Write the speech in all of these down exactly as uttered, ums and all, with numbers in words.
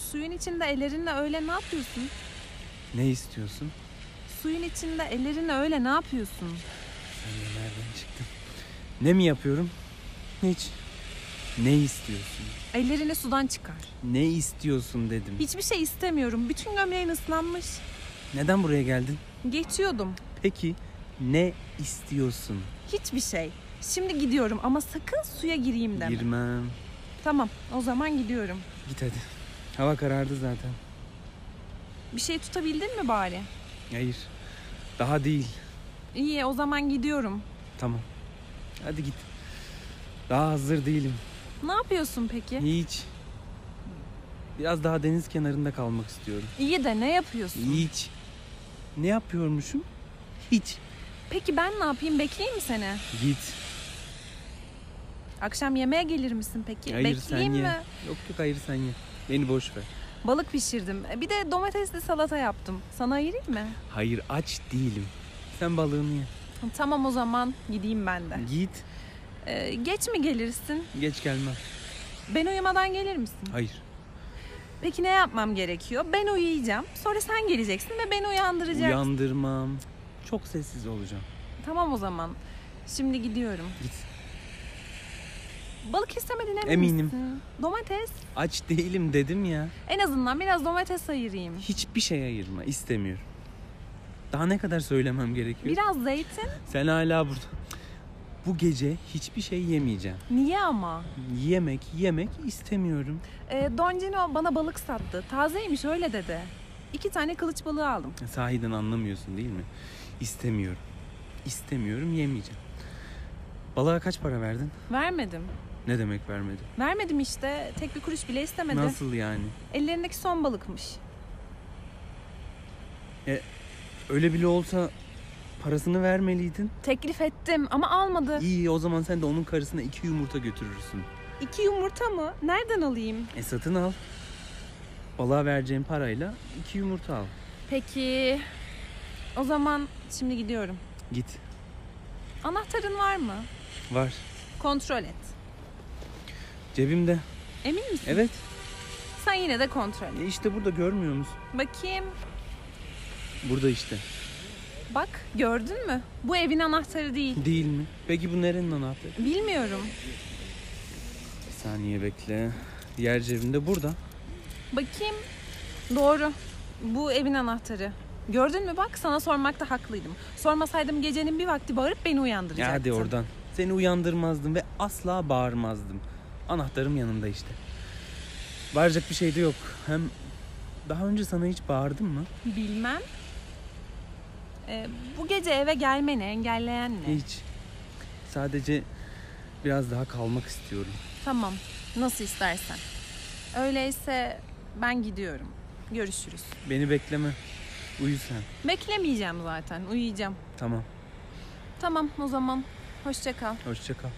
suyun içinde ellerinle öyle ne yapıyorsun? Ne istiyorsun? Suyun içinde ellerinle öyle ne yapıyorsun? Sen de nereden çıktın? Ne mi yapıyorum? Hiç. Ne istiyorsun? Ellerini sudan çıkar. Ne istiyorsun dedim. Hiçbir şey istemiyorum. Bütün gömleğin ıslanmış. Neden buraya geldin? Geçiyordum. Peki ne istiyorsun? Hiçbir şey. Şimdi gidiyorum ama sakın suya gireyim deme. Girmem. Tamam, o zaman gidiyorum. Git hadi. Hava karardı zaten. Bir şey tutabildin mi bari? Hayır. Daha değil. İyi, o zaman gidiyorum. Tamam. Hadi git. Daha hazır değilim. Ne yapıyorsun peki? Hiç. Biraz daha deniz kenarında kalmak istiyorum. İyi de ne yapıyorsun? Hiç. Ne yapıyormuşum? Hiç. Peki ben ne yapayım? Bekleyeyim mi seni? Git. Akşam yemeğe gelir misin peki? Hayır Bekleyeyim sen ye. mi? Yok yok hayır sen ye. Beni boş ver. Balık pişirdim. Bir de domatesli salata yaptım. Sana ayırayım mı? Hayır aç değilim. Sen balığını ye. Tamam o zaman gideyim ben de. Git. Ee, geç mi gelirsin? Geç gelmem. Ben uyumadan gelir misin? Hayır. Peki ne yapmam gerekiyor? Ben uyuyacağım. Sonra sen geleceksin ve beni uyandıracaksın. Uyandırmam. Çok sessiz olacağım. Tamam o zaman. Şimdi gidiyorum. Git. Balık istemedin emin Eminim. misin? Domates. Aç değilim dedim ya. En azından biraz domates ayırayım. Hiçbir şey ayırma. İstemiyorum. Daha ne kadar söylemem gerekiyor? Biraz zeytin. Sen hala burada. Bu gece hiçbir şey yemeyeceğim. Niye ama? Yemek yemek istemiyorum. Ee, Don Gino bana balık sattı. Tazeymiş öyle dedi. İki tane kılıç balığı aldım. Sahiden anlamıyorsun değil mi? İstemiyorum. İstemiyorum yemeyeceğim. Balığa kaç para verdin? Vermedim. Ne demek vermedin? Vermedim işte. Tek bir kuruş bile istemedi. Nasıl yani? Ellerindeki son balıkmış. E, öyle bile olsa parasını vermeliydin. Teklif ettim ama almadı. İyi o zaman sen de onun karısına iki yumurta götürürsün. İki yumurta mı? Nereden alayım? E satın al. Balığa vereceğin parayla iki yumurta al. Peki. O zaman şimdi gidiyorum. Git. Anahtarın var mı? Var. Kontrol et. Cebimde. Emin misin? Evet. Sen yine de kontrol et. E işte burada görmüyor musun? Bakayım. Burada işte. Bak gördün mü? Bu evin anahtarı değil. Değil mi? Peki bu nerenin anahtarı? Bilmiyorum. Bir saniye bekle. Diğer cebimde burada. Bakayım. Doğru. Bu evin anahtarı. Gördün mü bak sana sormakta haklıydım. Sormasaydım gecenin bir vakti bağırıp beni uyandıracaktın. Ya hadi oradan. Seni uyandırmazdım ve asla bağırmazdım. Anahtarım yanımda işte. Bağıracak bir şey de yok. Hem daha önce sana hiç bağırdım mı? Bilmem. Ee, bu gece eve gelmeni engelleyen ne? Hiç. Sadece biraz daha kalmak istiyorum. Tamam. Nasıl istersen. Öyleyse ben gidiyorum. Görüşürüz. Beni bekleme. Uyu sen. Beklemeyeceğim zaten. Uyuyacağım. Tamam. Tamam o zaman. Hoşça kal. Hoşça kal.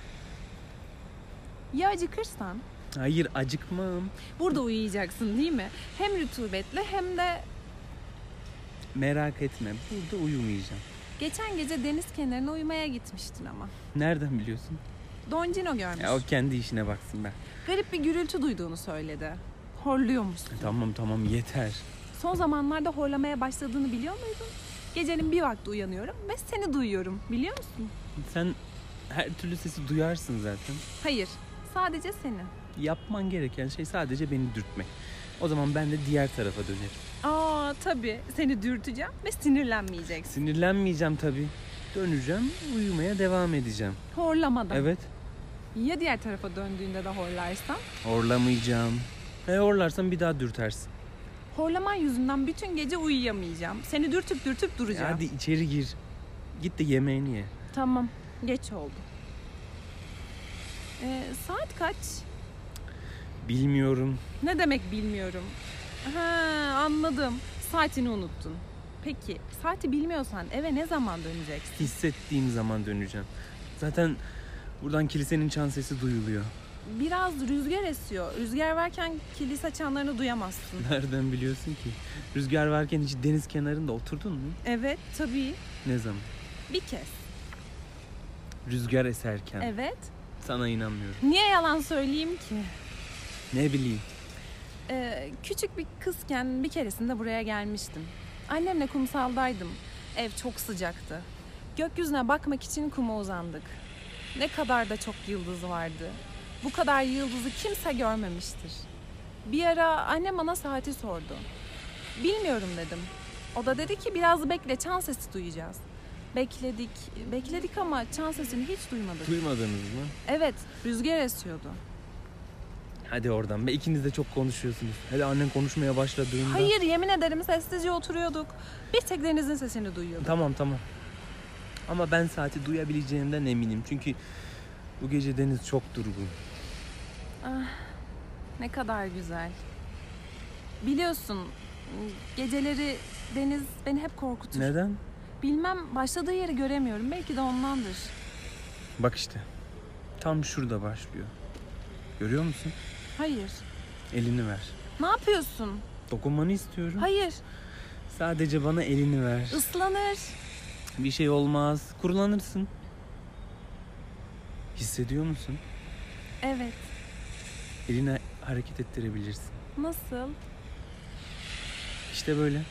Ya acıkırsan? Hayır acıkmam. Burada uyuyacaksın değil mi? Hem rutubetli hem de... Merak etme. Burada uyumayacağım. Geçen gece deniz kenarına uyumaya gitmiştin ama. Nereden biliyorsun? Don Gino görmüş. Ya o kendi işine baksın ben. Garip bir gürültü duyduğunu söyledi. Horluyormuşsun. Tamam tamam yeter. Son zamanlarda horlamaya başladığını biliyor muydun? Gecenin bir vakti uyanıyorum ve seni duyuyorum. Biliyor musun? Sen her türlü sesi duyarsın zaten. Hayır. Sadece seni. Yapman gereken şey sadece beni dürtmek. O zaman ben de diğer tarafa dönerim. Aa tabii. Seni dürteceğim ve sinirlenmeyeceksin. Sinirlenmeyeceğim tabii. Döneceğim, uyumaya devam edeceğim. Horlamadan. Evet. Ya diğer tarafa döndüğünde de horlarsan? Horlamayacağım. E horlarsam bir daha dürtersin. Horlaman yüzünden bütün gece uyuyamayacağım. Seni dürtüp dürtüp E duracağım. hadi içeri gir. Git de yemeğini ye. Tamam. Geç oldu. Ee, saat kaç? Bilmiyorum. Ne demek bilmiyorum. Ha, anladım. Saatini unuttun. Peki saati bilmiyorsan eve ne zaman döneceksin? Hissettiğim zaman döneceğim. Zaten buradan kilisenin çan sesi duyuluyor. Biraz rüzgar esiyor. Rüzgar varken kilise çanlarını duyamazsın. Nereden biliyorsun ki? Rüzgar varken hiç deniz kenarında oturdun mu? Evet tabii. Ne zaman? Bir kez. Rüzgar eserken. Evet. Sana inanmıyorum. Niye yalan söyleyeyim ki? Ne bileyim. Ee, küçük bir kızken bir keresinde buraya gelmiştim. Annemle kumsaldaydım. Ev çok sıcaktı. Gökyüzüne bakmak için kuma uzandık. Ne kadar da çok yıldız vardı. Bu kadar yıldızı kimse görmemiştir. Bir ara annem bana saati sordu. Bilmiyorum dedim. O da dedi ki biraz bekle, çan sesi duyacağız. Bekledik, bekledik ama çan sesini hiç duymadık. Duymadınız mı? Evet, rüzgar esiyordu. Hadi oradan be, ikiniz de çok konuşuyorsunuz. Hele annen konuşmaya başladığında. Hayır, yemin ederim sessizce oturuyorduk. Bir tek denizin sesini duyuyorduk. Tamam tamam. Ama ben saati duyabileceğimden eminim. Çünkü bu gece deniz çok durgun. Ah, ne kadar güzel. Biliyorsun, geceleri deniz beni hep korkutur. Neden? Bilmem, başladığı yeri göremiyorum. Belki de ondandır. Bak işte. Tam şurada başlıyor. Görüyor musun? Hayır. Elini ver. Ne yapıyorsun? Dokunmanı istiyorum. Hayır. Sadece bana elini ver. Islanır. Bir şey olmaz. Kurulanırsın. Hissediyor musun? Evet. Elini hareket ettirebilirsin. Nasıl? İşte böyle.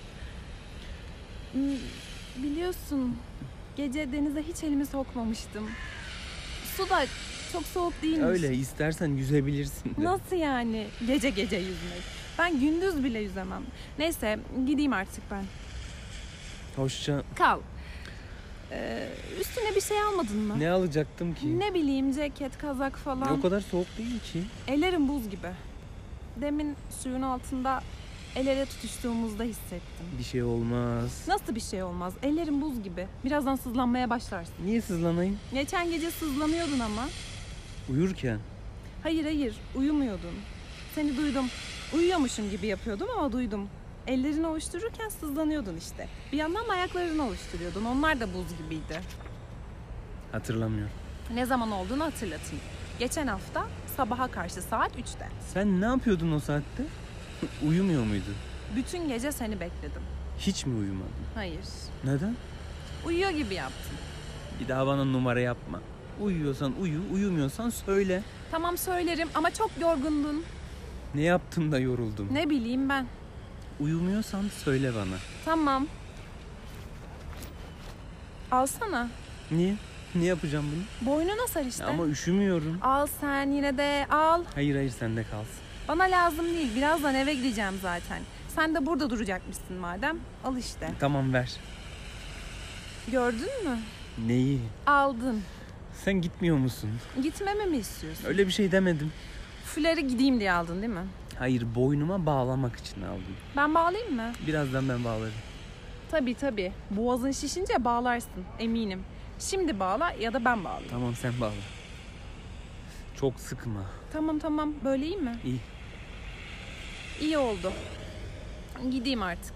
Hmm, Biliyorsun, gece denize hiç elimi sokmamıştım. Su da çok soğuk değilmiş. Öyle istersen yüzebilirsin de. Nasıl yani gece gece yüzmek? Ben gündüz bile yüzemem. Neyse, gideyim artık ben. Hoşça. Kal. Ee, üstüne bir şey almadın mı? Ne alacaktım ki? Ne bileyim, ceket, kazak falan. O kadar soğuk değil ki. Ellerim buz gibi. Demin suyun altında el ele tutuştuğumuzda hissettim. Bir şey olmaz. Nasıl bir şey olmaz? Ellerim buz gibi. Birazdan sızlanmaya başlarsın. Niye sızlanayım? Geçen gece sızlanıyordun ama. Uyurken. Hayır hayır, uyumuyordun. Seni duydum. Uyuyormuşum gibi yapıyordum ama duydum. Ellerini ovuştururken sızlanıyordun işte. Bir yandan da ayaklarını ovuşturuyordun. Onlar da buz gibiydi. Hatırlamıyorum. Ne zaman olduğunu hatırlatayım. Geçen hafta sabaha karşı saat üçte. Sen ne yapıyordun o saatte? Uyumuyor muydun? Bütün gece seni bekledim. Hiç mi uyumadın? Hayır. Neden? Uyuyor gibi yaptın. Bir daha bana numara yapma. Uyuyorsan uyu, uyumuyorsan söyle. Tamam söylerim ama çok yorgundun. Ne yaptım da yoruldum? Ne bileyim ben. Uyumuyorsan söyle bana. Tamam. Alsana. Niye? Ne yapacağım bunu? Boynuna sar işte. Ama üşümüyorum. Al sen yine de al. Hayır hayır sende kalsın. Bana lazım değil. Birazdan eve gideceğim zaten. Sen de burada duracakmışsın madem. Al işte. Tamam ver. Gördün mü? Neyi? Aldın. Sen gitmiyor musun? Gitmemi mi istiyorsun? Öyle bir şey demedim. Fuları gideyim diye aldın değil mi? Hayır, boynuma bağlamak için aldım. Ben bağlayayım mı? Birazdan ben bağlarım. Tabii tabii. Boğazın şişince bağlarsın eminim. Şimdi bağla ya da ben bağlayayım. Tamam sen bağla. Çok sıkma. Tamam tamam. Böyle iyi mi? İyi. İyi oldu. Gideyim artık.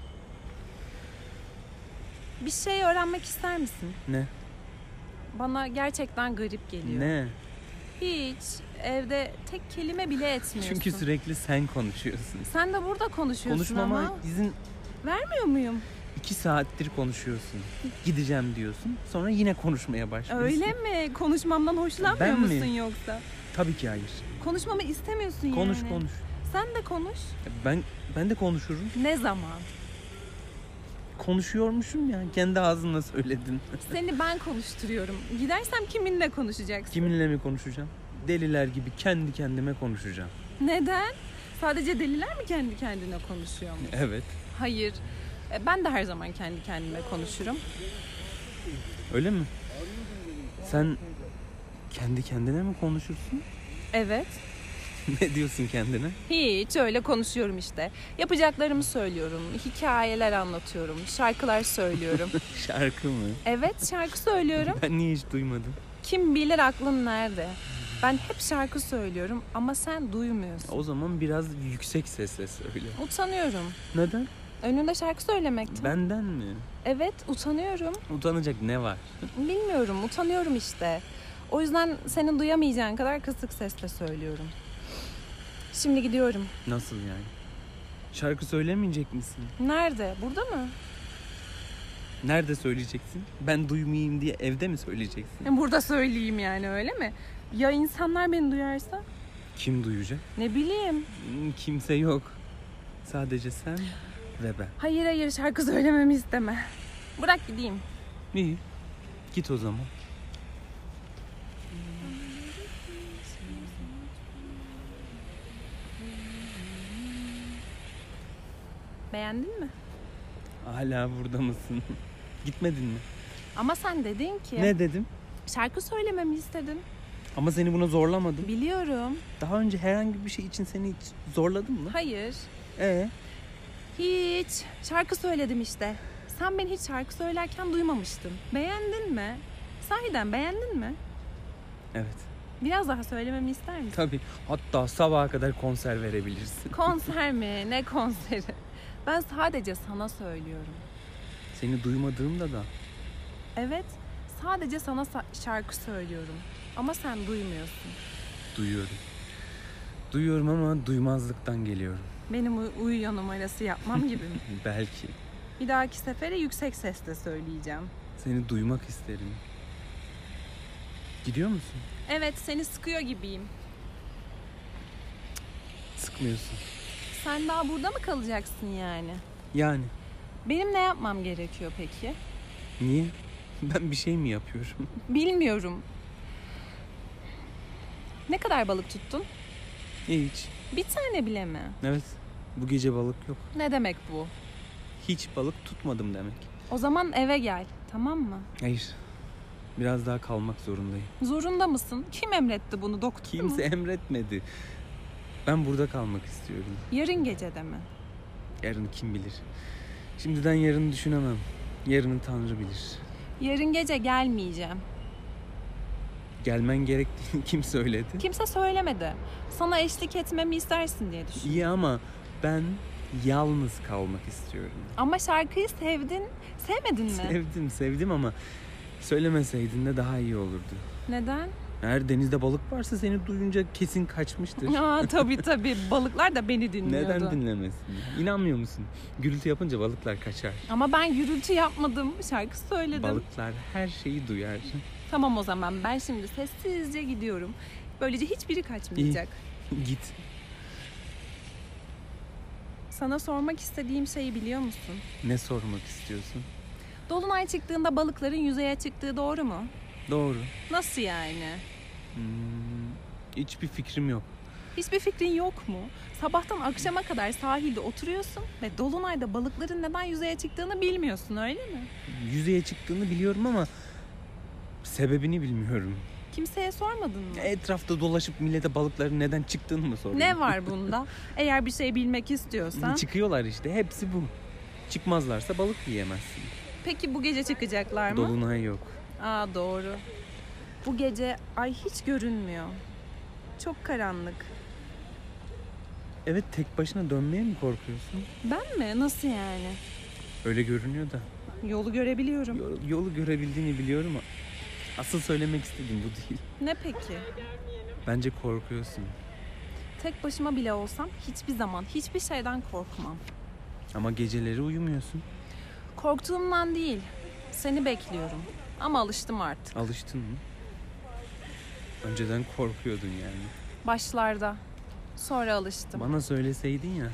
Bir şey öğrenmek ister misin? Ne? Bana gerçekten garip geliyor. Ne? Hiç. Evde tek kelime bile etmiyorsun. Çünkü sürekli sen konuşuyorsun. Sen de burada konuşuyorsun Konuşmama ama. izin Vermiyor muyum? iki saattir konuşuyorsun. Gideceğim diyorsun. Sonra yine konuşmaya başlıyorsun. Öyle mi? Konuşmamdan hoşlanmıyor Ben mi? musun yoksa? Tabii ki hayır. Konuşmamı istemiyorsun Konuş yani. konuş. Sen de konuş. Ben ben de konuşurum. Ne zaman? Konuşuyormuşum ya. Kendi ağzınla söyledin. Seni ben konuşturuyorum. Gidersem kiminle konuşacaksın? Kiminle mi konuşacağım? Deliler gibi kendi kendime konuşacağım. Neden? Sadece deliler mi kendi kendine konuşuyor mu? Evet. Hayır. E, Ben de her zaman kendi kendime konuşurum. Öyle mi? Sen kendi kendine mi konuşursun? Evet. Ne diyorsun kendine? Hiç öyle konuşuyorum işte. Yapacaklarımı söylüyorum. Hikayeler anlatıyorum. Şarkılar söylüyorum. Şarkı mı? Evet, şarkı söylüyorum. Ben niye hiç duymadım? Kim bilir aklım nerede? Ben hep şarkı söylüyorum ama sen duymuyorsun. O zaman biraz yüksek sesle söyle. Utanıyorum. Neden? Önünde şarkı söylemekten. Benden mi? Evet, utanıyorum. Utanacak ne var? Bilmiyorum, utanıyorum işte. O yüzden senin duyamayacağın kadar kısık sesle söylüyorum. Şimdi gidiyorum. Nasıl yani? Şarkı söylemeyecek misin? Nerede? Burada mı? Nerede söyleyeceksin? Ben duymayayım diye evde mi söyleyeceksin? Burada söyleyeyim yani, öyle mi? Ya insanlar beni duyarsa? Kim duyacak? Ne bileyim. Hmm, Kimse yok. Sadece sen ve ben. Hayır hayır, şarkı söylememi isteme. Bırak gideyim. İyi. Git o zaman. Beğendin mi? Hala burada mısın? Gitmedin mi? Ama sen dedin ki Ne dedim? şarkı söylememi istedin. Ama seni buna zorlamadım. Biliyorum. Daha önce herhangi bir şey için seni hiç zorladım mı? Hayır. Ee? Hiç. Şarkı söyledim işte. Sen beni hiç şarkı söylerken duymamıştın. Beğendin mi? Sahiden beğendin mi? Evet. Biraz daha söylememi ister misin? Tabii. Hatta sabaha kadar konser verebilirsin. Konser mi? Ne konseri? Ben sadece sana söylüyorum. Seni duymadığımda da Evet, sadece sana sa- şarkı söylüyorum. Ama sen duymuyorsun. duyuyorum. Duyuyorum ama duymazlıktan geliyorum. Benim uy- uyuyor numarası yapmam gibi mi? Belki. Bir dahaki sefere yüksek sesle söyleyeceğim. Seni duymak isterim. Gidiyor musun? Evet, seni sıkıyor gibiyim. Sıkmıyorsun. Sen daha burada mı kalacaksın yani? Yani. Benim ne yapmam gerekiyor peki? Niye? Ben bir şey mi yapıyorum? Bilmiyorum. Ne kadar balık tuttun? Hiç. Bir tane bile mi? Evet. Bu gece balık yok. Ne demek bu? Hiç balık tutmadım demek. O zaman eve gel, tamam mı? Hayır. Biraz daha kalmak zorundayım. Zorunda mısın? Kim emretti bunu, doktor Kimse mu? emretmedi. Ben burada kalmak istiyorum. Yarın gecede mi? Yarın kim bilir. Şimdiden yarını düşünemem. Yarını Tanrı bilir. Yarın gece gelmeyeceğim. Gelmen gerektiğini kim söyledi? Kimse söylemedi. Sana eşlik etmemi istersin diye düşün. İyi ama ben yalnız kalmak istiyorum. Ama şarkıyı sevdin, sevmedin mi? Sevdim, sevdim ama söylemeseydin de daha iyi olurdu. Neden? Eğer denizde balık varsa seni duyunca kesin kaçmıştır. Aa, tabii tabii, balıklar da beni dinliyordu. Neden dinlemesin? İnanmıyor musun? Gürültü yapınca balıklar kaçar. Ama ben gürültü yapmadım, şarkı söyledim. Balıklar her şeyi duyar. Tamam, o zaman ben şimdi sessizce gidiyorum. Böylece hiçbiri kaçmayacak. Git. Sana sormak istediğim şeyi biliyor musun? Ne sormak istiyorsun? Dolunay çıktığında balıkların yüzeye çıktığı doğru mu? Doğru. Nasıl yani? Hmm, hiçbir fikrim yok. Hiçbir fikrin yok mu? Sabahtan akşama kadar sahilde oturuyorsun ve dolunayda balıkların neden yüzeye çıktığını bilmiyorsun, öyle mi? Yüzeye çıktığını biliyorum ama sebebini bilmiyorum. Kimseye sormadın mı? Etrafta dolaşıp millete balıkların neden çıktığını mı soruyorum? Ne var bunda? Eğer bir şey bilmek istiyorsan. Çıkıyorlar işte, hepsi bu. Çıkmazlarsa balık yiyemezsin. Peki bu gece çıkacaklar mı? Dolunay yok. Aa, doğru. Bu gece ay hiç görünmüyor. Çok karanlık. Evet, tek başına dönmeye mi korkuyorsun? Ben mi? Nasıl yani? Öyle görünüyor da. Yolu görebiliyorum. Yolu, yolu görebildiğini biliyorum ama asıl söylemek istediğim bu değil. Ne peki? Bence korkuyorsun. Tek başıma bile olsam hiçbir zaman hiçbir şeyden korkmam. Ama geceleri uyumuyorsun. Korktuğumdan değil. Seni bekliyorum. Ama alıştım artık. Alıştın mı? Önceden korkuyordun yani. Başlarda. Sonra alıştım. Bana söyleseydin ya.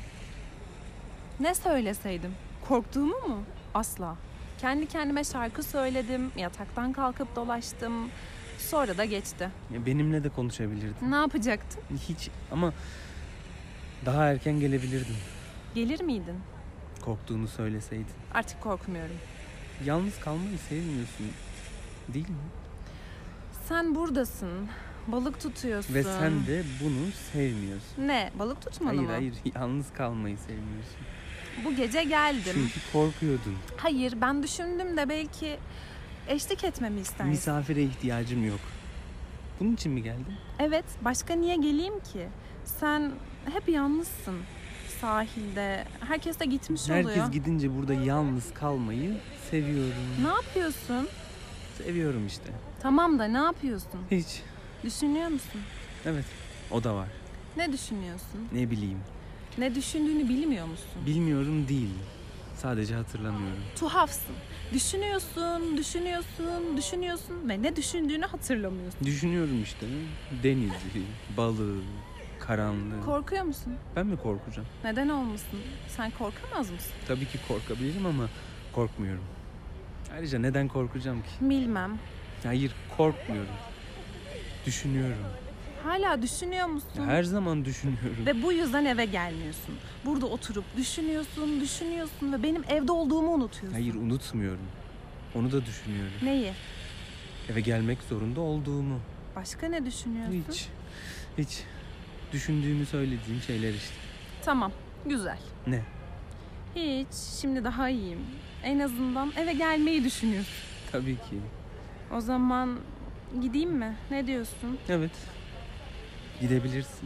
Ne söyleseydim? Korktuğumu mu? Asla. Kendi kendime şarkı söyledim. Yataktan kalkıp dolaştım. Sonra da geçti. Ya benimle de konuşabilirdin. Ne yapacaktın? Hiç ama daha erken gelebilirdin. Gelir miydin? Korktuğunu söyleseydin. Artık korkmuyorum. Yalnız kalmayı sevmiyorsun. Değil mi? Sen buradasın. Balık tutuyorsun. Ve sen de bunu sevmiyorsun. Ne? Balık tutmanı Hayır mı? hayır, yalnız kalmayı sevmiyorsun. Bu gece geldim. Çünkü korkuyordun. Hayır, ben düşündüm de belki eşlik etmemi istersin. Misafire ihtiyacım yok. Bunun için mi geldin? Evet, başka niye geleyim ki? Sen hep yalnızsın sahilde. Herkes de gitmiş Herkes oluyor. gidince burada yalnız kalmayı seviyorum. Ne yapıyorsun? Seviyorum işte. Tamam da ne yapıyorsun? Hiç. Düşünüyor musun? Evet. O da var. Ne düşünüyorsun? Ne bileyim. Ne düşündüğünü bilmiyor musun? Bilmiyorum değil. Sadece hatırlamıyorum. Tuhafsın. Düşünüyorsun, düşünüyorsun, düşünüyorsun ve ne düşündüğünü hatırlamıyorsun. Düşünüyorum işte. Denizi, balığı, karanlığı. Korkuyor musun? Ben mi korkacağım? Neden olmasın? Sen korkamaz mısın? Tabii ki korkabilirim ama korkmuyorum. Ayrıca neden korkacağım ki? Bilmem. Hayır, korkmuyorum. Düşünüyorum. Hala düşünüyor musun? Ya her zaman düşünüyorum. Ve bu yüzden eve gelmiyorsun. Burada oturup düşünüyorsun, düşünüyorsun ve benim evde olduğumu unutuyorsun. Hayır, unutmuyorum. Onu da düşünüyorum. Neyi? Eve gelmek zorunda olduğumu. Başka ne düşünüyorsun? Hiç. Hiç. Düşündüğümü söylediğim şeyler işte. Tamam, güzel. Ne? Hiç, şimdi daha iyiyim. En azından eve gelmeyi düşünüyorsun. Tabii ki. O zaman gideyim mi? Ne diyorsun? Evet. Gidebilirsin.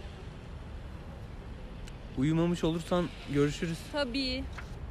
Uyumamış olursan görüşürüz. Tabii.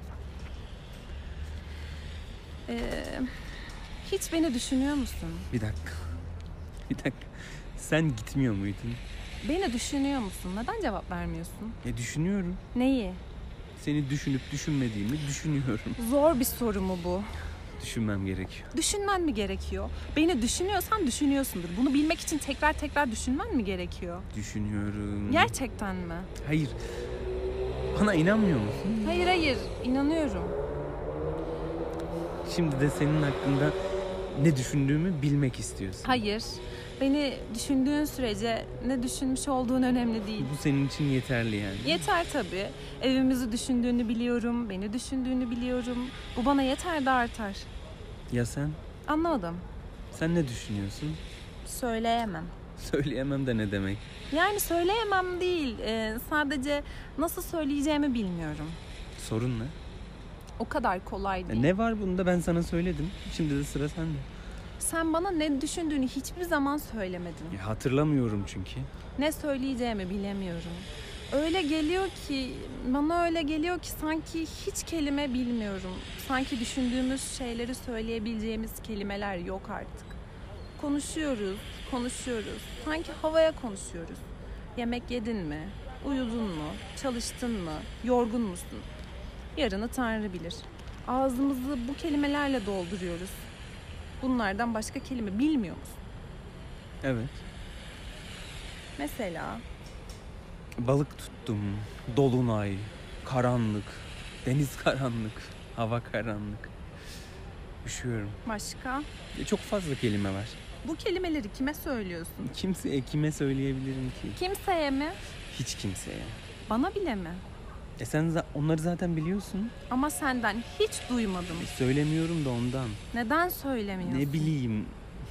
Ee, hiç beni düşünüyor musun? Bir dakika. Bir dakika. Sen gitmiyor muydun? Beni düşünüyor musun? Neden cevap vermiyorsun? E düşünüyorum. Neyi? Seni düşünüp düşünmediğimi düşünüyorum. Zor bir soru mu bu? Düşünmem gerekiyor. Düşünmen mi gerekiyor? Beni düşünüyorsan düşünüyorsundur. Bunu bilmek için tekrar tekrar düşünmen mi gerekiyor? Düşünüyorum. Gerçekten mi? Hayır. Bana inanmıyor musun? Hayır hayır, inanıyorum. Şimdi de senin hakkında ne düşündüğümü bilmek istiyorsun. Hayır, beni düşündüğün sürece ne düşünmüş olduğun önemli değil. Bu senin için yeterli yani. Yeter tabii. Evimizi düşündüğünü biliyorum, beni düşündüğünü biliyorum. Bu bana yeter de artar. Ya sen? Anlamadım. Sen ne düşünüyorsun? Söyleyemem. Söyleyemem de ne demek? Yani söyleyemem değil. Ee, sadece nasıl söyleyeceğimi bilmiyorum. Sorun ne? O kadar kolay Ya değil. ne var bunda, ben sana söyledim. Şimdi de sıra sende. Sen bana ne düşündüğünü hiçbir zaman söylemedin. Ya hatırlamıyorum çünkü. Ne söyleyeceğimi bilemiyorum. Öyle geliyor ki, bana öyle geliyor ki sanki hiç kelime bilmiyorum. Sanki düşündüğümüz şeyleri söyleyebileceğimiz kelimeler yok artık. Konuşuyoruz, konuşuyoruz. Sanki havaya konuşuyoruz. Yemek yedin mi? Uyudun mu? Çalıştın mı? Yorgun musun? Yarını Tanrı bilir. Ağzımızı bu kelimelerle dolduruyoruz. Bunlardan başka kelime bilmiyor musun? Evet. Mesela Balık tuttum. Dolunay. Karanlık. Deniz karanlık. Hava karanlık. Üşüyorum. başka? E, çok fazla kelime var. Bu kelimeleri kime söylüyorsun? Kimseye kime söyleyebilirim ki? Kimseye mi? Hiç kimseye. Bana bile mi? E sen za- onları zaten biliyorsun. Ama senden hiç duymadım. E söylemiyorum da ondan. Neden söylemiyorsun? Ne bileyim.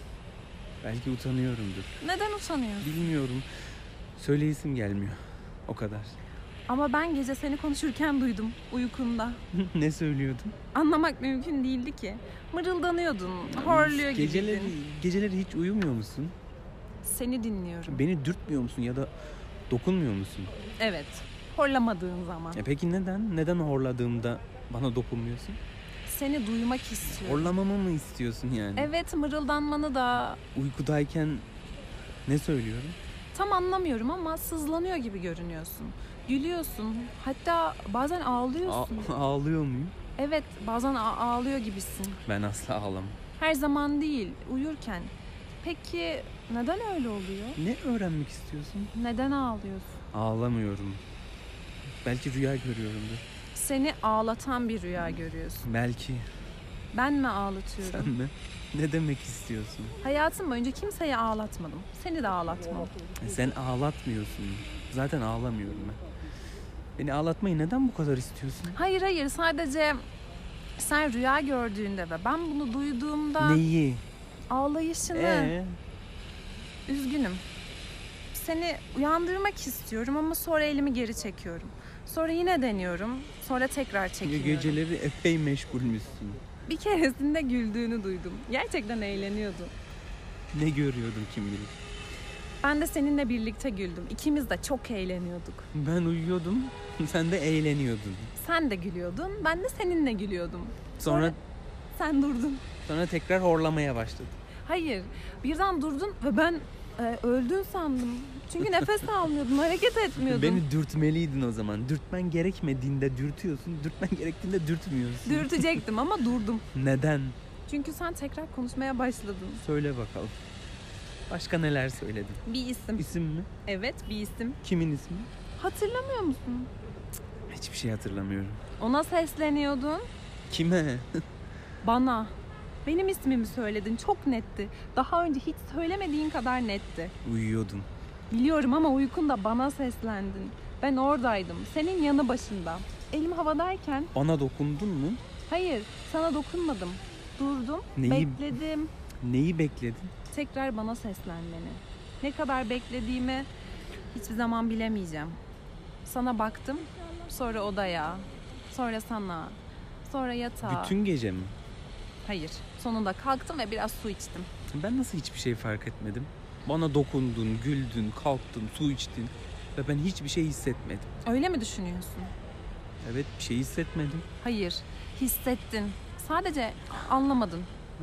Belki utanıyorumdur. Neden utanıyorsun? Bilmiyorum. Söyleyesim gelmiyor. O kadar. Ama ben gece seni konuşurken duydum uykunda. Ne söylüyordun? Anlamak mümkün değildi ki. Mırıldanıyordun, horluyor Geceleri, gibiydin. geceleri hiç uyumuyor musun? Seni dinliyorum. Beni dürtmüyor musun ya da dokunmuyor musun? Evet, horlamadığın zaman. E peki neden? Neden horladığımda bana dokunmuyorsun? Seni duymak istiyorum. Horlamamı mı istiyorsun yani? Evet, mırıldanmanı da Uykudayken ne söylüyorum? tam anlamıyorum ama sızlanıyor gibi görünüyorsun. Gülüyorsun, hatta bazen ağlıyorsun. A- ağlıyor muyum? Evet, bazen a- ağlıyor gibisin. Ben asla ağlamam. Her zaman değil, uyurken. Peki neden öyle oluyor? Ne öğrenmek istiyorsun? Neden ağlıyorsun? Ağlamıyorum. Belki rüya görüyorumdur. Seni ağlatan bir rüya görüyorsun. Belki. Ben mi ağlatıyorum? Sen mi? Ne demek istiyorsun? Hayatım boyunca kimseyi ağlatmadım. Seni de ağlatmam. E sen ağlatmıyorsun. Zaten ağlamıyorum ben. Beni ağlatmayı neden bu kadar istiyorsun? Hayır hayır, sadece sen rüya gördüğünde ve ben bunu duyduğumda Neyi? ağlayışını, Ee? üzgünüm. Seni uyandırmak istiyorum ama sonra elimi geri çekiyorum. Sonra yine deniyorum. Sonra tekrar çekiniyorum. Geceleri epey meşgulmüşsün. Bir keresinde güldüğünü duydum. Gerçekten eğleniyordun. Ne görüyordun kim bilir. Ben de seninle birlikte güldüm. İkimiz de çok eğleniyorduk. Ben uyuyordum, sen de eğleniyordun. Sen de gülüyordun, ben de seninle gülüyordum. Sonra Sen durdun. sonra tekrar horlamaya başladın. Hayır, birden durdun ve ben Ee, öldün sandım. Çünkü nefes almıyordun, hareket etmiyordun. Beni dürtmeliydin o zaman. Dürtmen gerekmediğinde dürtüyorsun, dürtmen gerektiğinde dürtmüyorsun. Dürtecektim ama durdum. Neden? Çünkü sen tekrar konuşmaya başladın. Söyle bakalım. Başka neler söyledin? Bir isim. İsim mi? Evet, bir isim. Kimin ismi? Hatırlamıyor musun? Hiçbir şey hatırlamıyorum. Ona sesleniyordun. Kime? Bana. Benim ismimi söyledin. Çok netti. Daha önce hiç söylemediğin kadar netti. Uyuyordun. Biliyorum ama uykunda bana seslendin. Ben oradaydım. Senin yanı başında. Elim havadayken Bana dokundun mu? hayır, sana dokunmadım. Durdum, Neyi- bekledim. Neyi bekledin? Tekrar bana seslenmeni. Ne kadar beklediğimi hiçbir zaman bilemeyeceğim. Sana baktım, sonra odaya, sonra sana, sonra yatağa. Bütün gece mi? Hayır, sonunda kalktım ve biraz su içtim. Ben nasıl hiçbir şey fark etmedim? Bana dokundun, güldün, kalktın, su içtin ve ben hiçbir şey hissetmedim. Öyle mi düşünüyorsun? Evet, bir şey hissetmedim. Hayır, hissettin. Sadece anlamadın. Hmm.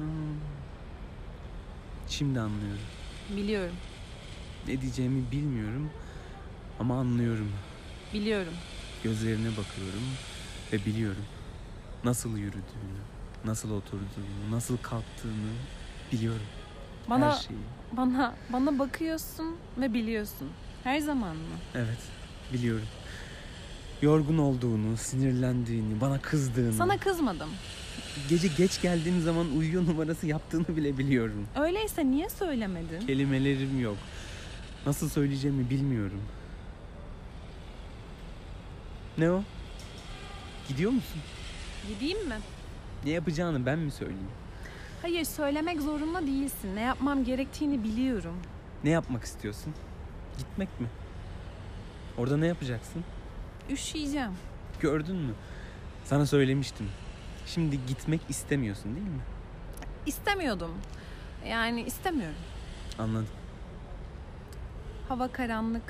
Şimdi anlıyorum. Biliyorum, Ne diyeceğimi bilmiyorum ama anlıyorum. biliyorum. Gözlerine bakıyorum ve biliyorum. Nasıl yürüdüğünü, nasıl oturduğunu, nasıl kalktığını biliyorum. Bana Her şeyi. bana bana bakıyorsun ve biliyorsun. Her zaman mı? Evet, biliyorum. Yorgun olduğunu, sinirlendiğini, bana kızdığını. Sana kızmadım. Gece geç geldiğim zaman uyuyor numarası yaptığını bile biliyorum. Öyleyse niye söylemedin? Kelimelerim yok. Nasıl söyleyeceğimi bilmiyorum. Ne o? Gidiyor musun? Gideyim mi? Ne yapacağını ben mi söyleyeyim? Hayır, söylemek zorunda değilsin. Ne yapmam gerektiğini biliyorum. Ne yapmak istiyorsun? Gitmek mi? Orada ne yapacaksın? Üşüyeceğim. Gördün mü? Sana söylemiştim. Şimdi gitmek istemiyorsun değil mi? İstemiyordum. Yani istemiyorum. Anladım. Hava karanlık.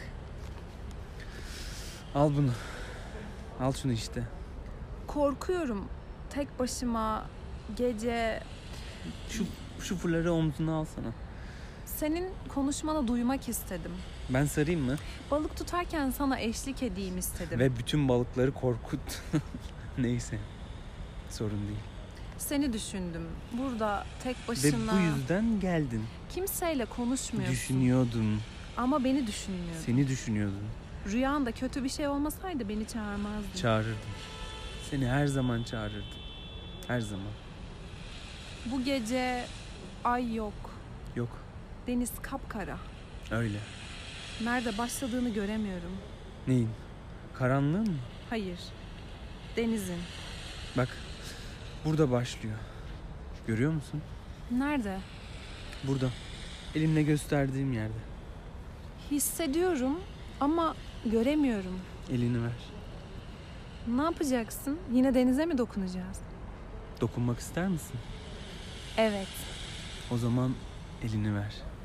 Al bunu. Al şunu işte. Korkuyorum. Tek başıma gece Şu şu fırları omzuna alsana. senin konuşmanı duymak istedim. Ben sarayım mı? Balık tutarken sana eşlik edeyim istedim. Ve bütün balıkları korkut. Neyse. Sorun değil. Seni düşündüm. Burada tek Ve başına bu yüzden geldin. kimseyle konuşmuyorsun. Düşünüyordun. Ama beni düşünmüyordun. Seni düşünüyordun. Rüyanda kötü bir şey olmasaydı beni çağırmazdın. Çağırırdım. Seni her zaman çağırırdım. Her zaman. Bu gece ay yok. Yok. Deniz kapkara. Öyle. Nerede başladığını göremiyorum. Neyin? Karanlığın mı? Hayır. Denizin. Bak. Burada başlıyor. Görüyor musun? Nerede? Burada. Elimle gösterdiğim yerde. Hissediyorum ama göremiyorum. Elini ver. Ne yapacaksın? Yine denize mi dokunacağız? Dokunmak ister misin? Evet. O zaman elini ver.